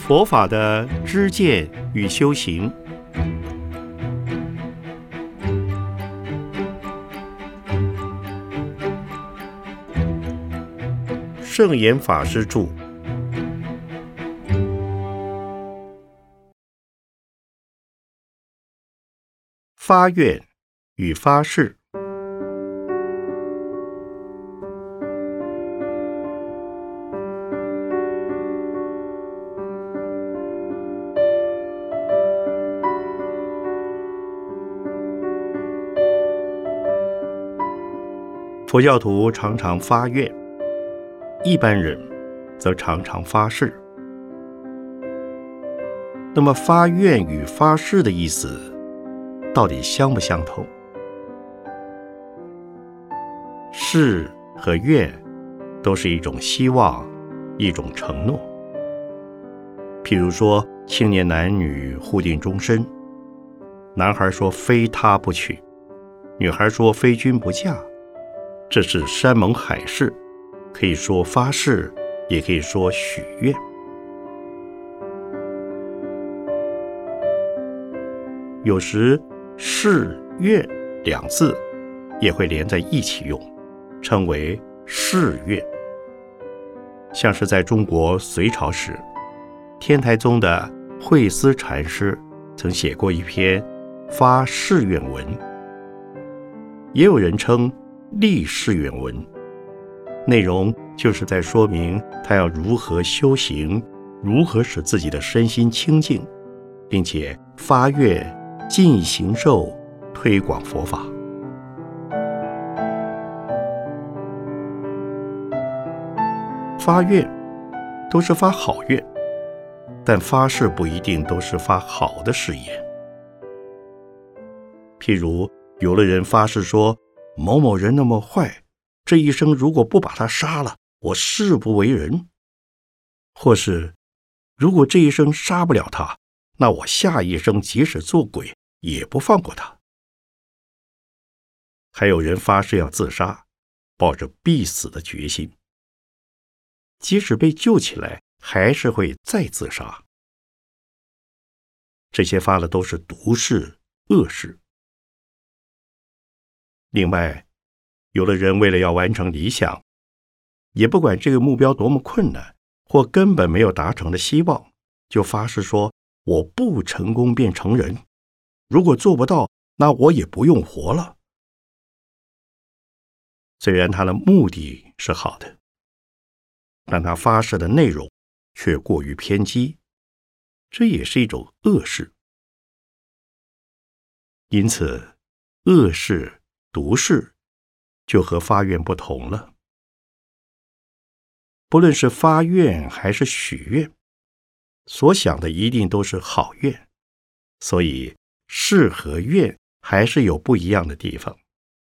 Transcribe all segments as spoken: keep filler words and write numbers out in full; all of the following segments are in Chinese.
佛法的知见与修行。圣严法师著。发愿与发誓。佛教徒常常发愿，一般人则常常发誓。那么发愿与发誓的意思到底相不相同？誓和愿都是一种希望，一种承诺。譬如说青年男女互定终身，男孩说非他不娶，女孩说非君不嫁，这是山盟海誓，可以说发誓，也可以说许愿。有时誓愿两字也会连在一起用，称为誓愿。像是在中国隋朝时，天台宗的慧思禅师曾写过一篇发誓愿文，也有人称立誓愿文，内容就是在说明他要如何修行，如何使自己的身心清净，并且发愿尽行受，推广佛法。发愿都是发好愿，但发誓不一定都是发好的誓言。譬如有的人发誓说，某某人那么坏，这一生如果不把他杀了，我誓不为人。或是如果这一生杀不了他，那我下一生即使做鬼也不放过他。还有人发誓要自杀，抱着必死的决心，即使被救起来还是会再自杀。这些发的都是毒誓、恶誓。另外，有的人为了要完成理想，也不管这个目标多么困难，或根本没有达成的希望，就发誓说，我不成功便成人，如果做不到，那我也不用活了。虽然他的目的是好的，但他发誓的内容却过于偏激，这也是一种恶誓。因此，恶誓、毒誓就和发愿不同了。不论是发愿还是许愿，所想的一定都是好愿，所以誓和愿还是有不一样的地方。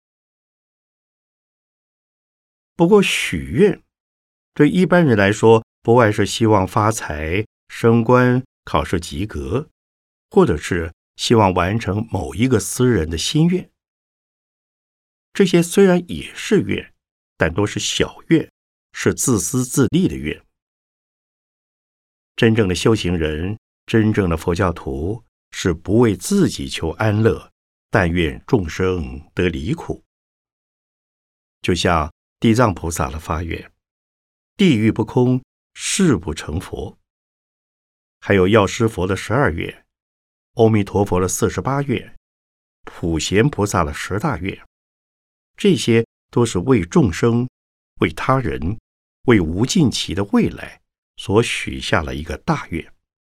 不过许愿对一般人来说，不外是希望发财、升官、考试及格，或者是希望完成某一个私人的心愿。这些虽然也是愿，但都是小愿，是自私自利的愿。真正的修行人，真正的佛教徒，是不为自己求安乐，但愿众生得离苦。就像地藏菩萨的发愿，地狱不空，誓不成佛。还有药师佛的十二愿，阿弥陀佛的四十八愿，普贤菩萨的十大愿，这些都是为众生、为他人、为无尽期的未来所许下了一个大愿。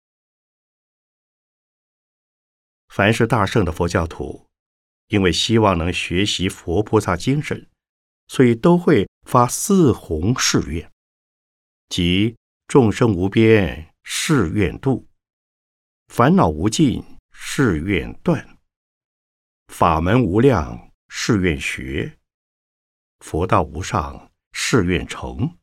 凡是大圣的佛教徒，因为希望能学习佛菩萨精神，所以都会发四弘誓愿，即众生无边誓愿度，烦恼无尽誓愿断，法门无量誓愿学，佛道无上誓愿成。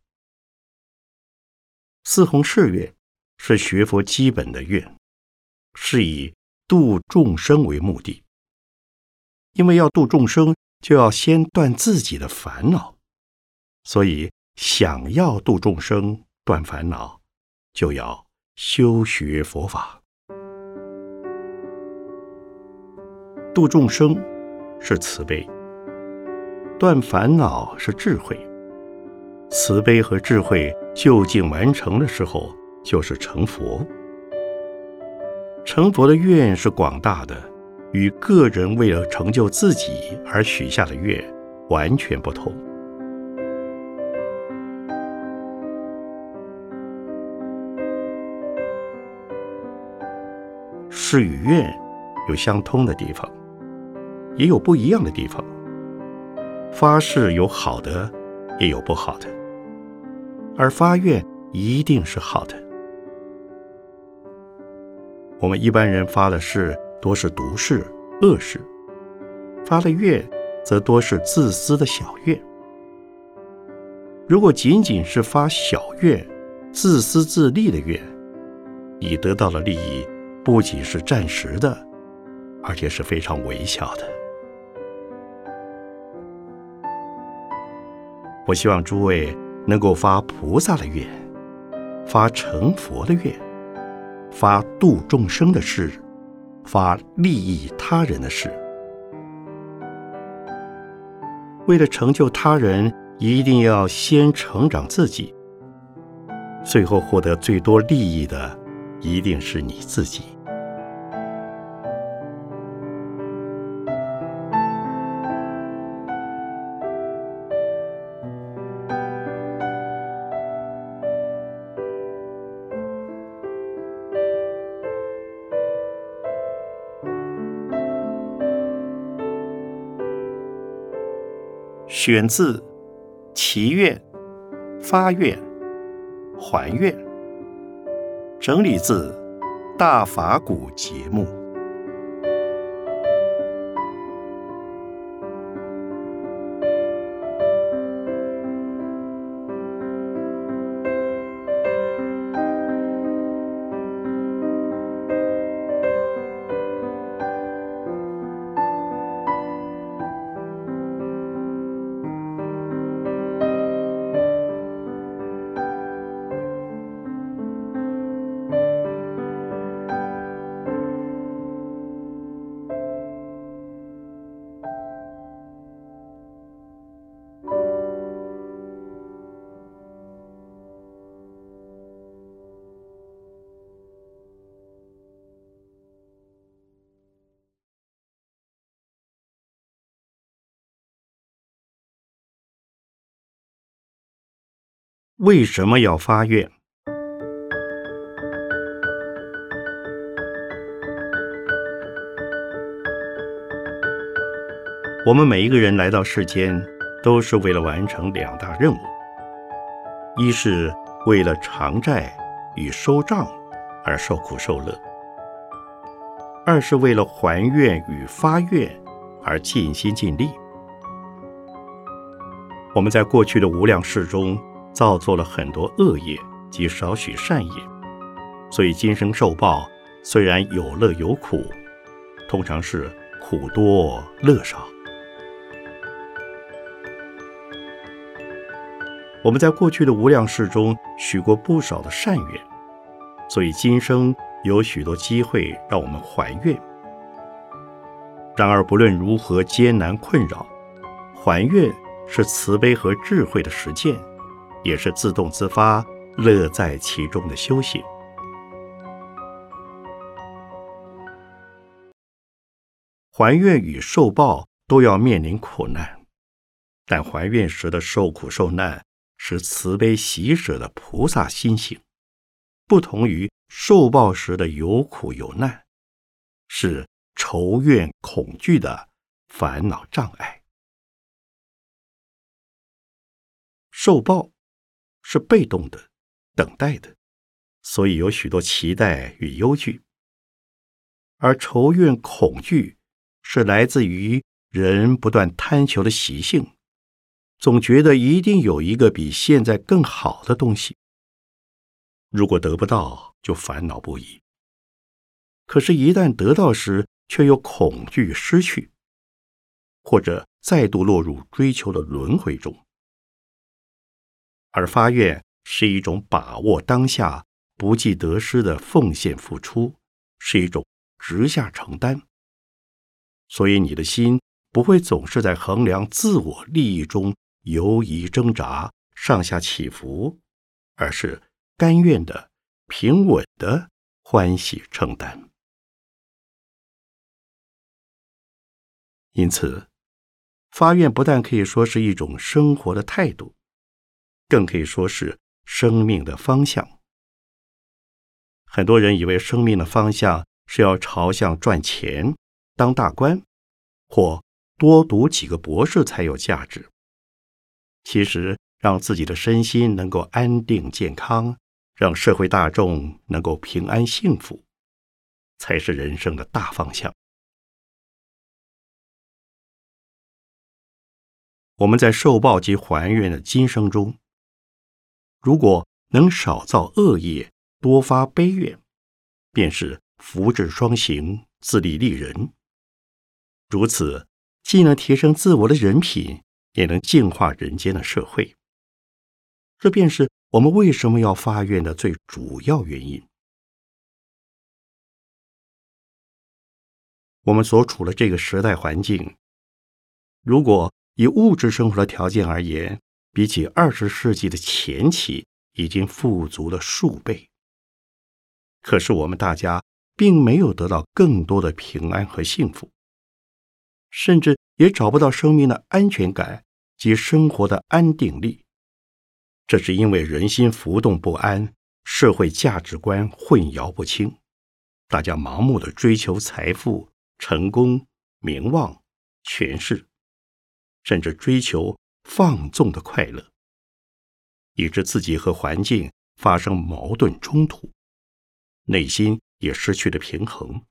四弘誓愿是学佛基本的愿，是以度众生为目的。因为要度众生，就要先断自己的烦恼，所以想要度众生、断烦恼，就要修学佛法。度众生是慈悲，断烦恼是智慧。慈悲和智慧就近完成的时候，就是成佛。成佛的愿是广大的，与个人为了成就自己而许下的愿完全不同。誓与愿有相通的地方，也有不一样的地方。发誓有好的，也有不好的，而发愿一定是好的。我们一般人发的誓多是毒誓、恶誓，发的愿则多是自私的小愿。如果仅仅是发小愿、自私自利的愿，你得到的利益不仅是暂时的，而且是非常微小的。我希望诸位能够发菩萨的愿，发成佛的愿，发度众生的誓，发利益他人的誓。为了成就他人，一定要先成长自己，最后获得最多利益的一定是你自己。选自祈愿、发愿、还愿，整理自大法鼓节目。为什么要发愿？我们每一个人来到世间，都是为了完成两大任务：一是为了偿债与收账而受苦受乐；二是为了还愿与发愿而尽心尽力。我们在过去的无量世中造作了很多恶业及少许善业，所以今生受报虽然有乐有苦，通常是苦多乐少。我们在过去的无量世中许过不少的善愿，所以今生有许多机会让我们还愿。然而不论如何艰难困扰，还愿是慈悲和智慧的实践，也是自动自发、乐在其中的修行。还愿与受报都要面临苦难，但还愿时的受苦受难是慈悲喜舍的菩萨心行，不同于受报时的有苦有难，是仇怨恐惧的烦恼障碍。受报是被动的、等待的，所以有许多期待与忧惧；而仇怨恐惧是来自于人不断贪求的习性，总觉得一定有一个比现在更好的东西，如果得不到就烦恼不已。可是一旦得到时，却又恐惧失去，或者再度落入追求的轮回中。而发愿是一种把握当下， 不计得失的奉献付出，是一种直下承担。所以你的心不会总是在衡量自我利益中游移挣扎、上下起伏，而是甘愿的、平稳的欢喜承担。因此，发愿不但可以说是一种生活的态度，更可以说是生命的方向。很多人以为生命的方向是要朝向赚钱、当大官，或多读几个博士才有价值。其实，让自己的身心能够安定健康，让社会大众能够平安幸福，才是人生的大方向。我们在受报及还愿的今生中，如果能少造恶业，多发悲愿，便是福至双行，自利利人。如此，既能提升自我的人品，也能净化人间的社会。这便是我们为什么要发愿的最主要原因。我们所处的这个时代环境，如果以物质生活的条件而言，比起二十世纪的前期已经富足了数倍。可是我们大家并没有得到更多的平安和幸福，甚至也找不到生命的安全感及生活的安定力。这是因为人心浮动不安，社会价值观混淆不清，大家盲目的追求财富、成功、名望、权势，甚至追求放纵的快乐，以致自己和环境发生矛盾冲突，内心也失去了平衡。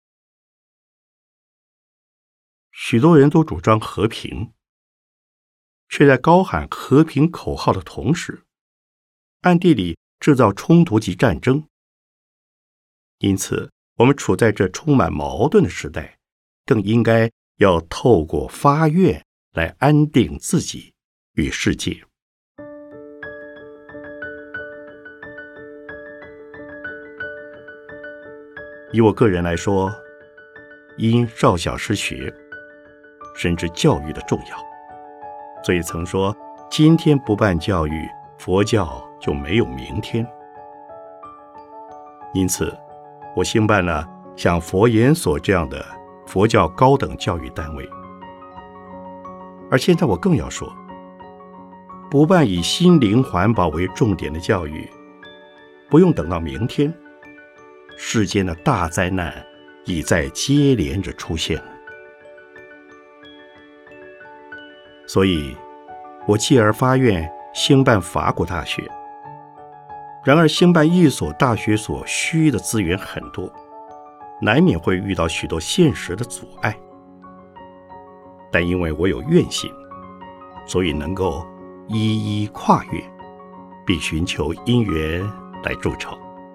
许多人都主张和平，却在高喊和平口号的同时，暗地里制造冲突及战争。因此，我们处在这充满矛盾的时代，更应该要透过发愿来安定自己与世界。以我个人来说，因少小失学，深知教育的重要，所以曾说，今天不办教育，佛教就没有明天。因此，我兴办了像佛研所这样的佛教高等教育单位。而现在我更要说，不办以心灵环保为重点的教育，不用等到明天，世间的大灾难已在接连着出现。所以我继而发愿兴办法国大学。然而兴办一所大学所需的资源很多，难免会遇到许多现实的阻碍，但因为我有愿心，所以能够一一跨越，并寻求因缘来助筹。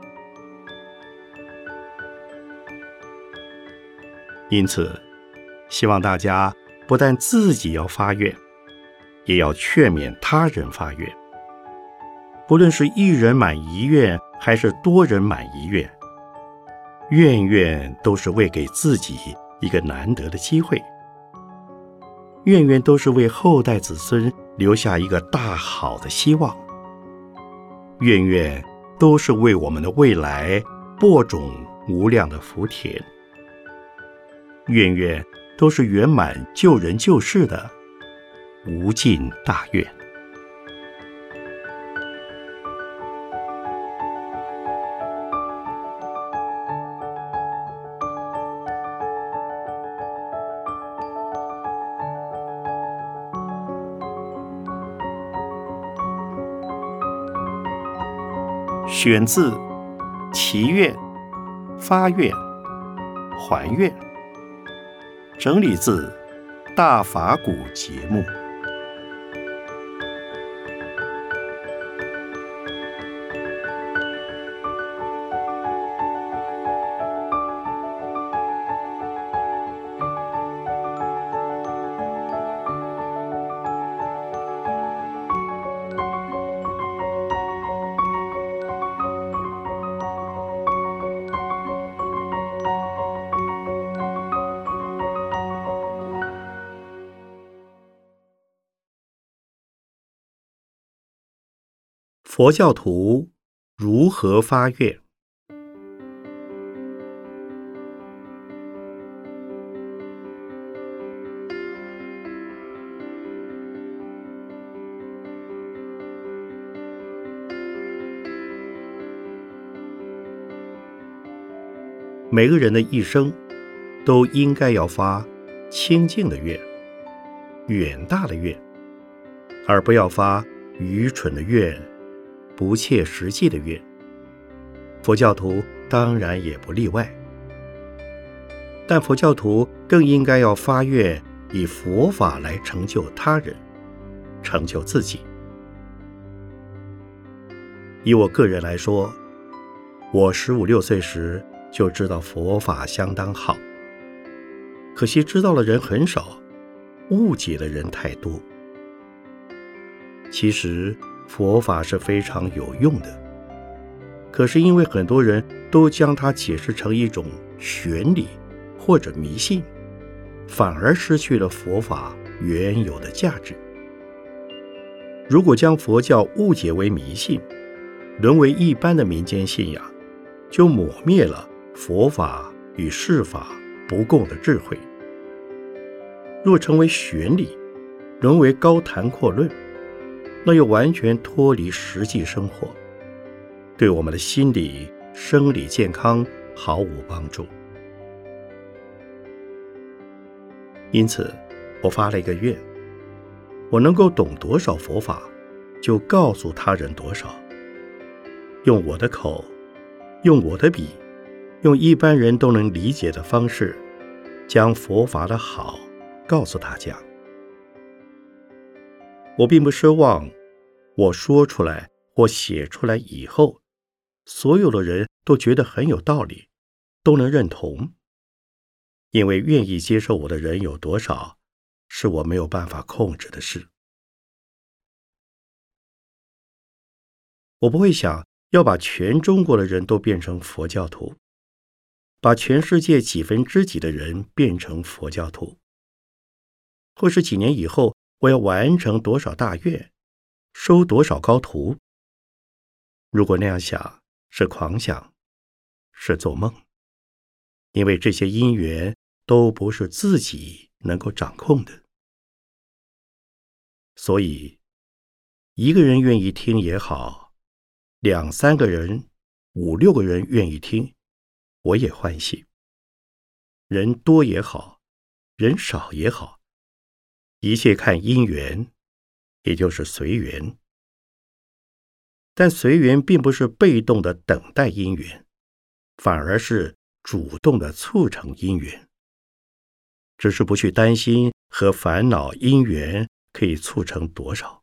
因此，希望大家不但自己要发愿，也要劝勉他人发愿。不论是一人满一愿，还是多人满一愿，愿愿都是为给自己一个难得的机会，愿愿都是为后代子孙留下一个大好的希望，愿愿都是为我们的未来播种无量的福田，愿愿都是圆满救人救世的无尽大愿。选自《祈愿》《发愿》《还愿》，整理自《大法鼓节目》。 佛教徒如何发愿？每个人的一生都应该要发清净的愿、远大的愿，而不要发愚蠢的愿、不切实际的愿。佛教徒当然也不例外，但佛教徒更应该要发愿以佛法来成就他人，成就自己。以我个人来说，我十五六岁时就知道佛法相当好，可惜知道的人很少，误解的人太多。其实佛法是非常有用的，可是因为很多人都将它解释成一种玄理或者迷信，反而失去了佛法原有的价值。如果将佛教误解为迷信，沦为一般的民间信仰，就抹灭了佛法与世法不共的智慧。若成为玄理，沦为高谈阔论，那又完全脱离实际生活，对我们的心理、生理健康毫无帮助。因此，我发了一个愿，我能够懂多少佛法，就告诉他人多少，用我的口，用我的笔，用一般人都能理解的方式，将佛法的好告诉大家。我并不奢望我说出来或写出来以后，所有的人都觉得很有道理，都能认同，因为愿意接受我的人有多少，是我没有办法控制的事。我不会想要把全中国的人都变成佛教徒，把全世界几分之几的人变成佛教徒，或是几年以后我要完成多少大愿，收多少高徒。如果那样想，是狂想，是做梦，因为这些因缘都不是自己能够掌控的。所以，一个人愿意听也好，两三个人、五六个人愿意听，我也欢喜。人多也好，人少也好，一切看因缘，也就是随缘。但随缘并不是被动的等待因缘，反而是主动的促成因缘。只是不去担心和烦恼因缘可以促成多少。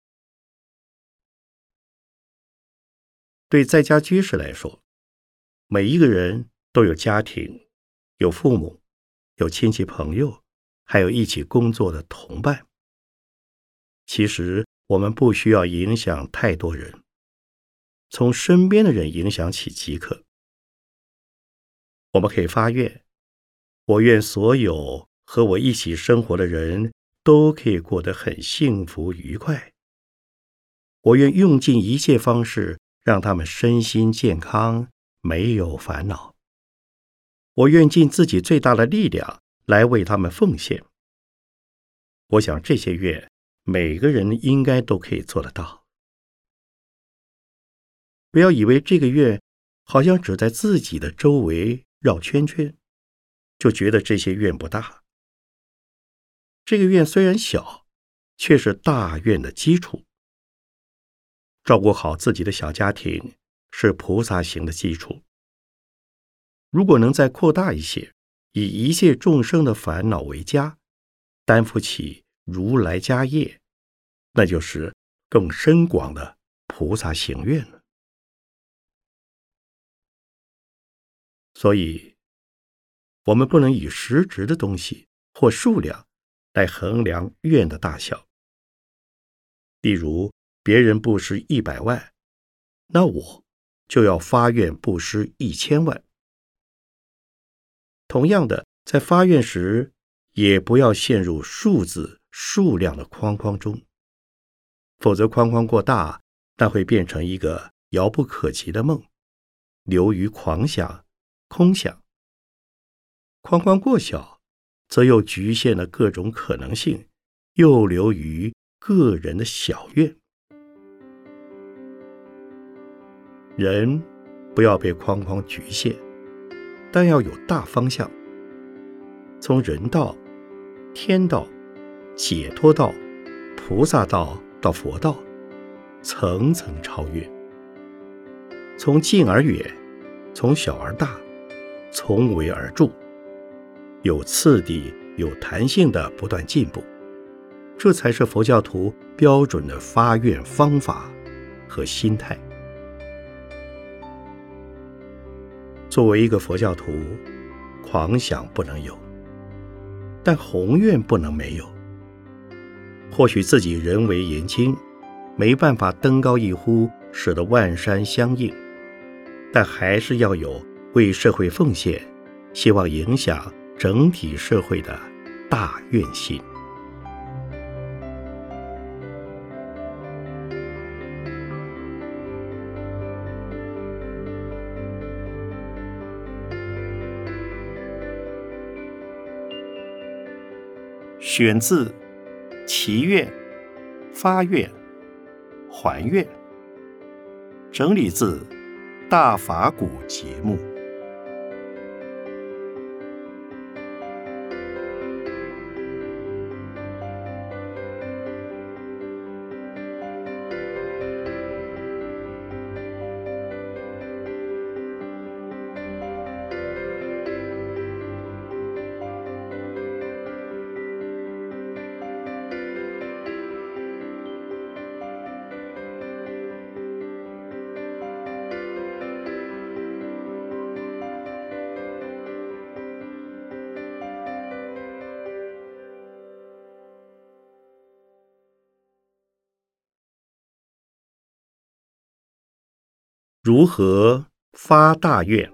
对在家居士来说，每一个人都有家庭，有父母，有亲戚朋友，还有一起工作的同伴。其实我们不需要影响太多人，从身边的人影响起即可。我们可以发愿，我愿所有和我一起生活的人都可以过得很幸福愉快。我愿用尽一切方式让他们身心健康，没有烦恼。我愿尽自己最大的力量来为他们奉献。我想这些愿，每个人应该都可以做得到。不要以为这个愿好像只在自己的周围绕圈圈，就觉得这些愿不大。这个愿虽然小，却是大愿的基础。照顾好自己的小家庭是菩萨行的基础。如果能再扩大一些，以一切众生的烦恼为家，担负起如来家业，那就是更深广的菩萨行愿了。所以，我们不能以实质的东西或数量来衡量愿的大小。例如，别人布施一百万，那我就要发愿布施一千万。同样的，在发愿时，也不要陷入数字、数量的框框中，否则框框过大， 那会变成一个遥不可及的梦，流于狂想、空想。框框过小，则又局限了各种可能性，又流于个人的小愿。人不要被框框局限，但要有大方向，从人道、天道、解脱道、菩萨道到佛道，层层超越，从近而远，从小而大，从微而著，有次第、有弹性的不断进步，这才是佛教徒标准的发愿方法和心态。作为一个佛教徒，狂想不能有，但宏愿不能没有。或许自己人为言轻，没办法登高一呼，使得万山相应，但还是要有为社会奉献，希望影响整体社会的大愿心。选自祈愿、发愿、还愿，整理自大法鼓节目。如何发大愿？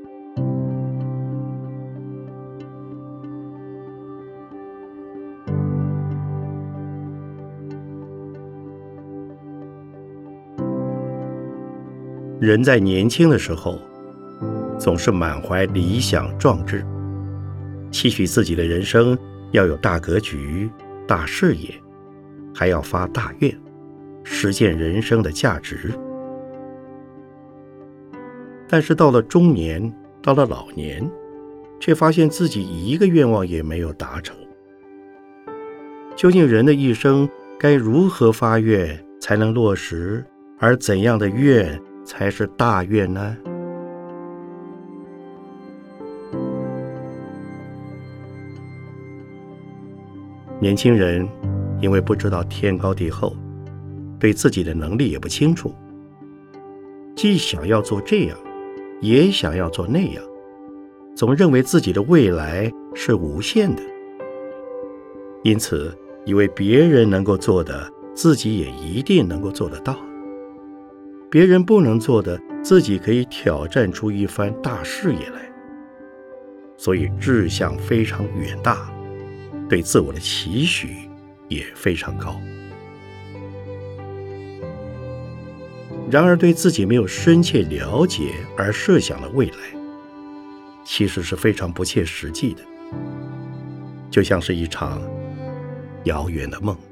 人在年轻的时候，总是满怀理想壮志，期许自己的人生要有大格局、大视野，还要发大愿，实现人生的价值。但是到了中年，到了老年，却发现自己一个愿望也没有达成。究竟人的一生该如何发愿才能落实，而怎样的愿才是大愿呢？年轻人因为不知道天高地厚，对自己的能力也不清楚，既想要做这样，也想要做那样，总认为自己的未来是无限的，因此以为别人能够做的，自己也一定能够做得到；别人不能做的，自己可以挑战出一番大事业来。所以志向非常远大，对自我的期许也非常高。然而对自己没有深切了解而设想的未来，其实是非常不切实际的，就像是一场遥远的梦。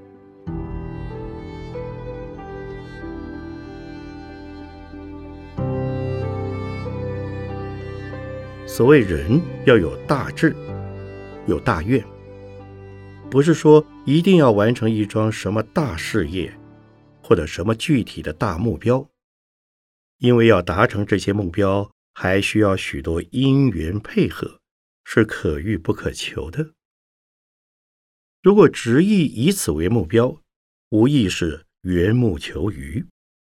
所谓人要有大志，有大愿，不是说一定要完成一桩什么大事业，或者什么具体的大目标，因为要达成这些目标，还需要许多因缘配合，是可遇不可求的。如果执意以此为目标，无疑是缘木求鱼。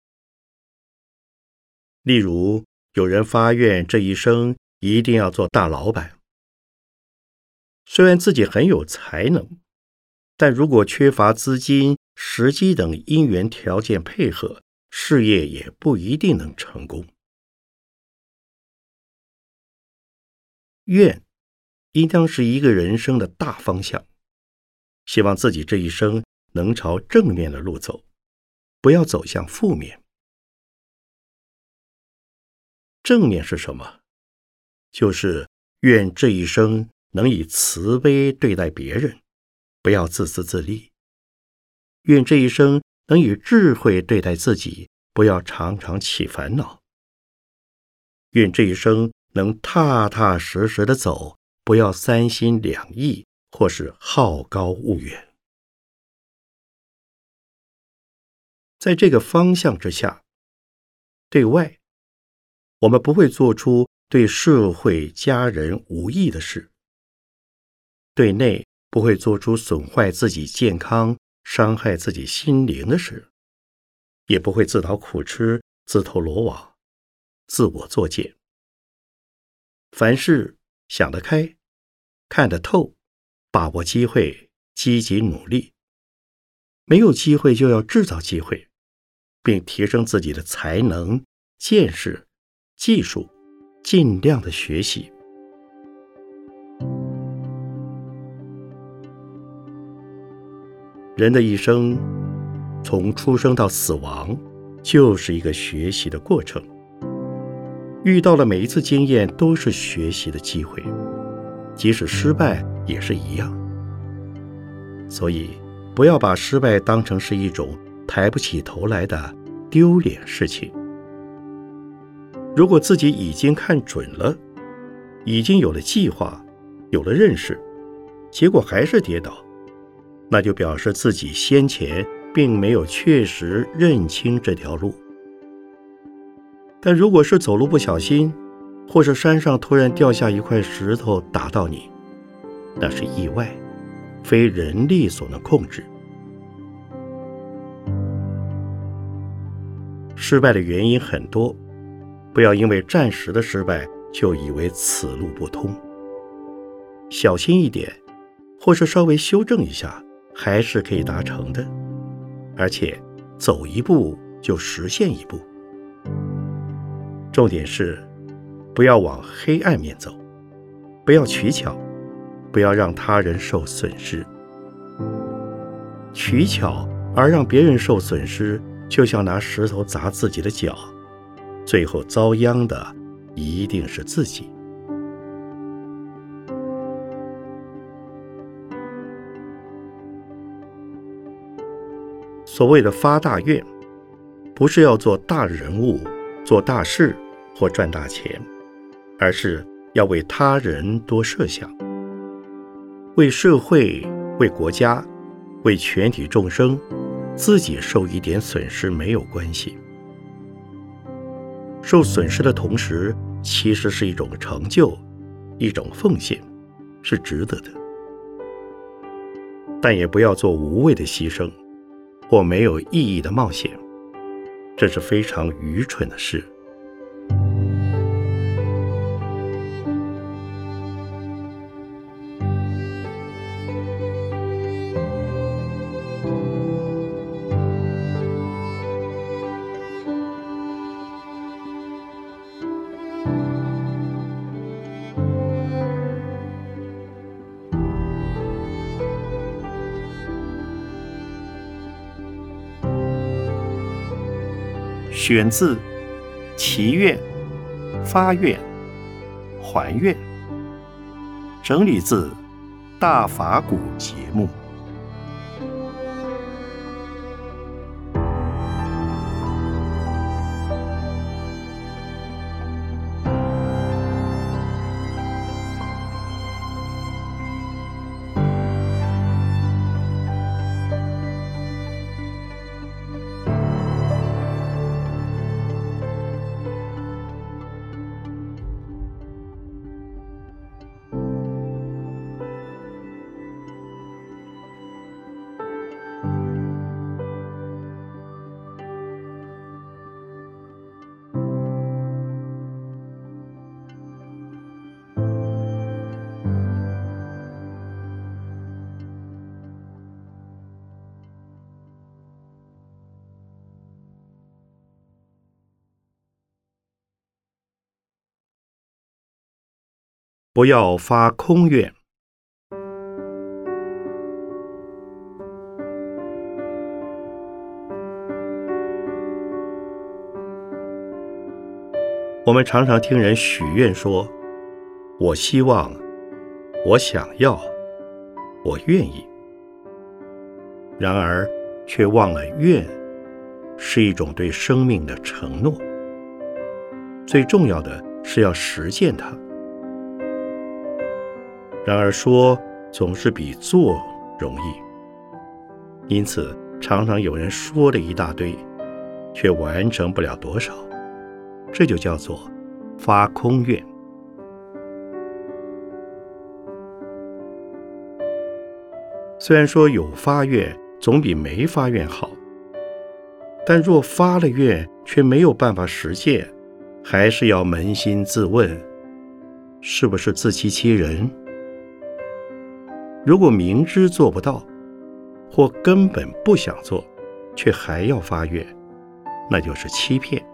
例如，有人发愿这一生一定要做大老板，虽然自己很有才能，但如果缺乏资金、时机等因缘条件配合，事业也不一定能成功。愿应当是一个人生的大方向，希望自己这一生能朝正面的路走，不要走向负面。 正面是什么？就是愿这一生能以慈悲对待别人，不要自私自利；愿这一生能以智慧对待自己，不要常常起烦恼；愿这一生能踏踏实实的走，不要三心两意或是好高骛远。在这个方向之下，对外我们不会做出对社会家人无益的事，对内不会做出损坏自己健康伤害自己心灵的事，也不会自讨苦吃自投罗网自我作践。凡事想得开，看得透，把握机会，积极努力。没有机会就要制造机会，并提升自己的才能、见识、技术，尽量的学习。人的一生，从出生到死亡，就是一个学习的过程。遇到了每一次经验都是学习的机会，即使失败也是一样。所以不要把失败当成是一种抬不起头来的丢脸事情。如果自己已经看准了，已经有了计划，有了认识，结果还是跌倒，那就表示自己先前并没有确实认清这条路。但如果是走路不小心，或是山上突然掉下一块石头打到你，那是意外，非人力所能控制。失败的原因很多，不要因为暂时的失败就以为此路不通。小心一点，或是稍微修正一下，还是可以达成的，而且走一步就实现一步。重点是不要往黑暗面走，不要取巧，不要让他人受损失。取巧而让别人受损失，就像拿石头砸自己的脚，最后遭殃的一定是自己。所谓的发大愿，不是要做大人物、做大事或赚大钱，而是要为他人多设想，为社会、为国家、为全体众生，自己受一点损失没有关系。受损失的同时，其实是一种成就，一种奉献，是值得的。但也不要做无谓的牺牲，或没有意义的冒险，这是非常愚蠢的事。选自《祈愿》、发愿、还愿，整理自大法鼓节目。不要发空愿。 我们常常听人许愿说：“我希望，我想要，我愿意。”然而，却忘了愿是一种对生命的承诺，最重要的是要实践它。然而说总是比做容易，因此常常有人说了一大堆，却完成不了多少，这就叫做发空愿。虽然说有发愿总比没发愿好，但若发了愿却没有办法实践，还是要扪心自问，是不是自欺欺人？如果明知做不到，或根本不想做，却还要发愿，那就是欺骗。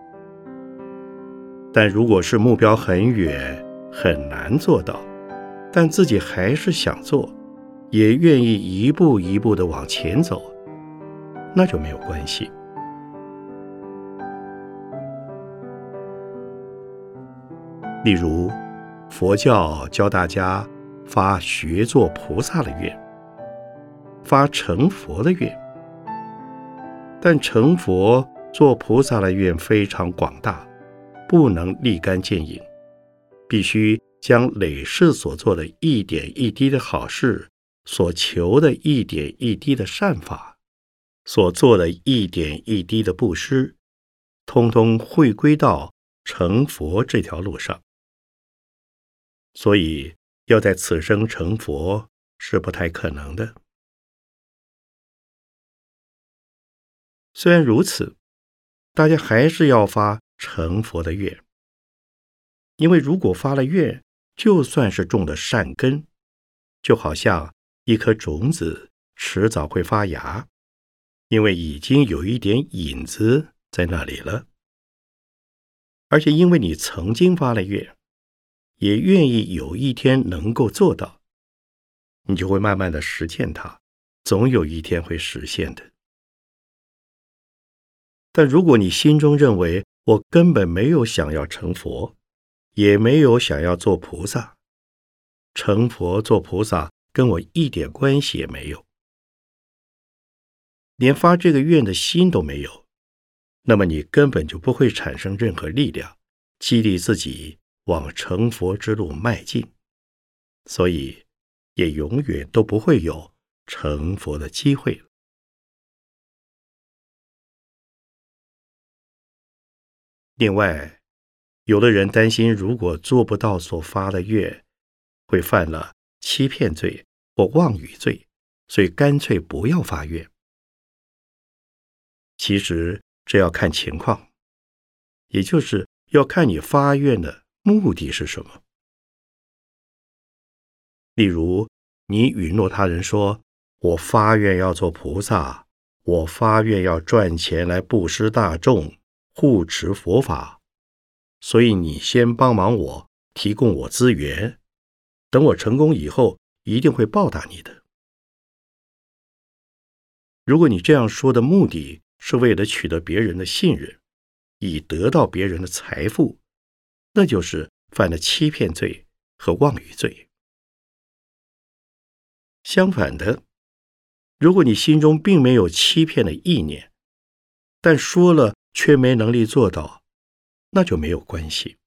但如果是目标很远，很难做到，但自己还是想做，也愿意一步一步地往前走，那就没有关系。例如，佛教教大家发学做菩萨的愿，发成佛的愿。但成佛做菩萨的愿非常广大，不能立竿见影，必须将累世所做的一点一滴的好事，所求的一点一滴的善法，所做的一点一滴的布施，通通汇归到成佛这条路上。所以要在此生成佛是不太可能的。虽然如此，大家还是要发成佛的愿，因为如果发了愿，就算是种的善根，就好像一颗种子迟早会发芽，因为已经有一点影子在那里了。而且因为你曾经发了愿，也愿意有一天能够做到，你就会慢慢的实践它，总有一天会实现的。但如果你心中认为我根本没有想要成佛，也没有想要做菩萨，成佛做菩萨跟我一点关系也没有，连发这个愿的心都没有，那么你根本就不会产生任何力量，激励自己往成佛之路迈进，所以也永远都不会有成佛的机会了。另外，有的人担心如果做不到所发的愿，会犯了欺骗罪或妄语罪，所以干脆不要发愿。其实这要看情况，也就是要看你发愿的目的是什么。例如，你允诺他人说，我发愿要做菩萨，我发愿要赚钱来布施大众，护持佛法，所以你先帮忙我，提供我资源，等我成功以后，一定会报答你的。如果你这样说的目的是为了取得别人的信任，以得到别人的财富，那就是犯了欺骗罪和妄语罪。相反的，如果你心中并没有欺骗的意念，但说了却没能力做到，那就没有关系。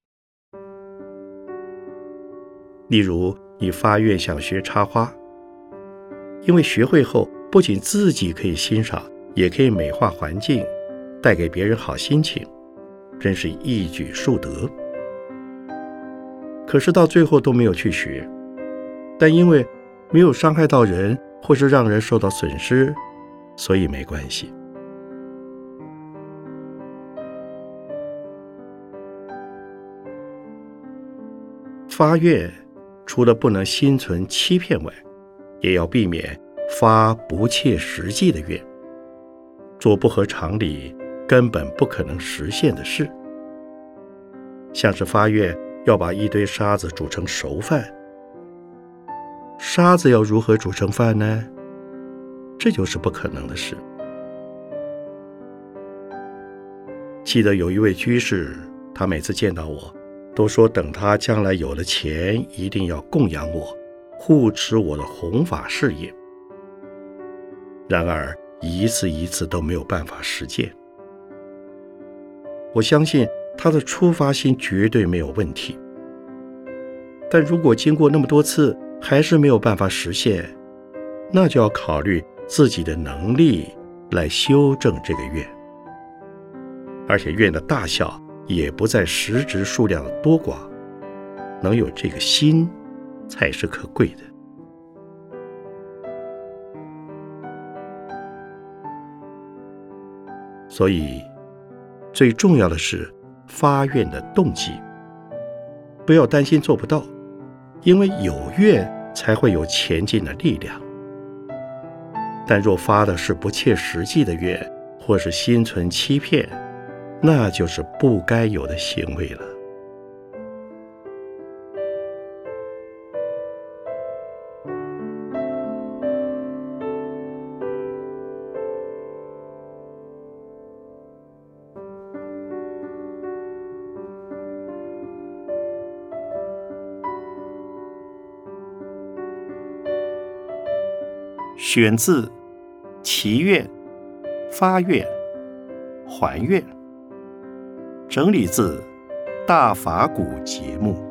例如，你发愿想学插花，因为学会后不仅自己可以欣赏，也可以美化环境，带给别人好心情，真是一举数得。可是到最后都没有去学，但因为没有伤害到人，或是让人受到损失，所以没关系。发愿除了不能心存欺骗外，也要避免发不切实际的愿，做不合常理、根本不可能实现的事。像是发愿要把一堆沙子煮成熟饭，沙子要如何煮成饭呢？这就是不可能的事。记得有一位居士， 他每次见到我，都说等他将来有了钱，一定要供养我，护持我的弘法事业。然而一次一次都没有办法实践。我相信他的出发心绝对没有问题，但如果经过那么多次还是没有办法实现，那就要考虑自己的能力来修正这个愿。而且愿的大小也不在实质数量的多寡，能有这个心才是可贵的。所以最重要的是发愿的动机，不要担心做不到，因为有愿才会有前进的力量。但若发的是不切实际的愿，或是心存欺骗，那就是不该有的行为了。选自《祈愿》《发愿》《还愿》，整理自大法鼓节目。